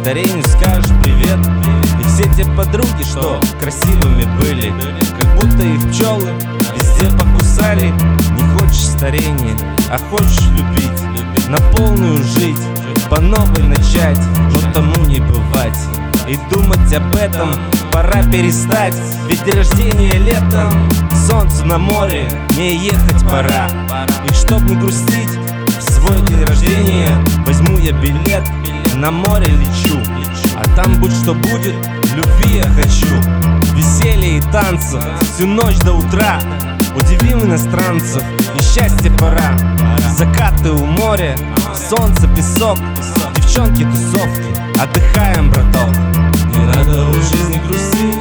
Старению скажешь привет. И все те подруги, что красивыми были, как будто их пчелы везде покусали. Не хочешь старения, а хочешь любить, на полную жить, по новой начать, но тому не бывать. И думать об этом пора перестать, ведь день рождения летом, солнце на море, не ехать пора. И чтоб не грустить в свой день рождения, возьму я билет, на море лечу. А там будь что будет, любви я хочу, веселья и танцев всю ночь до утра. Удивим иностранцев, и счастье пора. Закаты у моря, солнце, песок, девчонки, тусовки, отдыхаем, браток. Не надо у жизни грустить,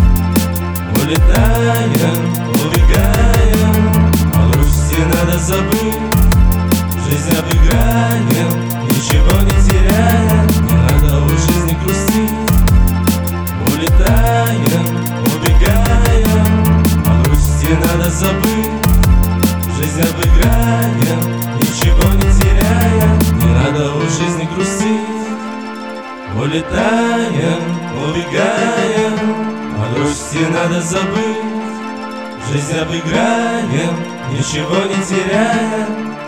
улетаем, убегаем, о грусти надо забыть, жизнь обыграем, ничего не теряя. Не надо у жизни грустить, улетаем, убегаем, о грусти надо забыть, жизнь обыграем, ничего не теряя. Не надо у жизни грустить, улетаем, убегаем, о грусти надо забыть, жизнь обыграем, ничего не теряя.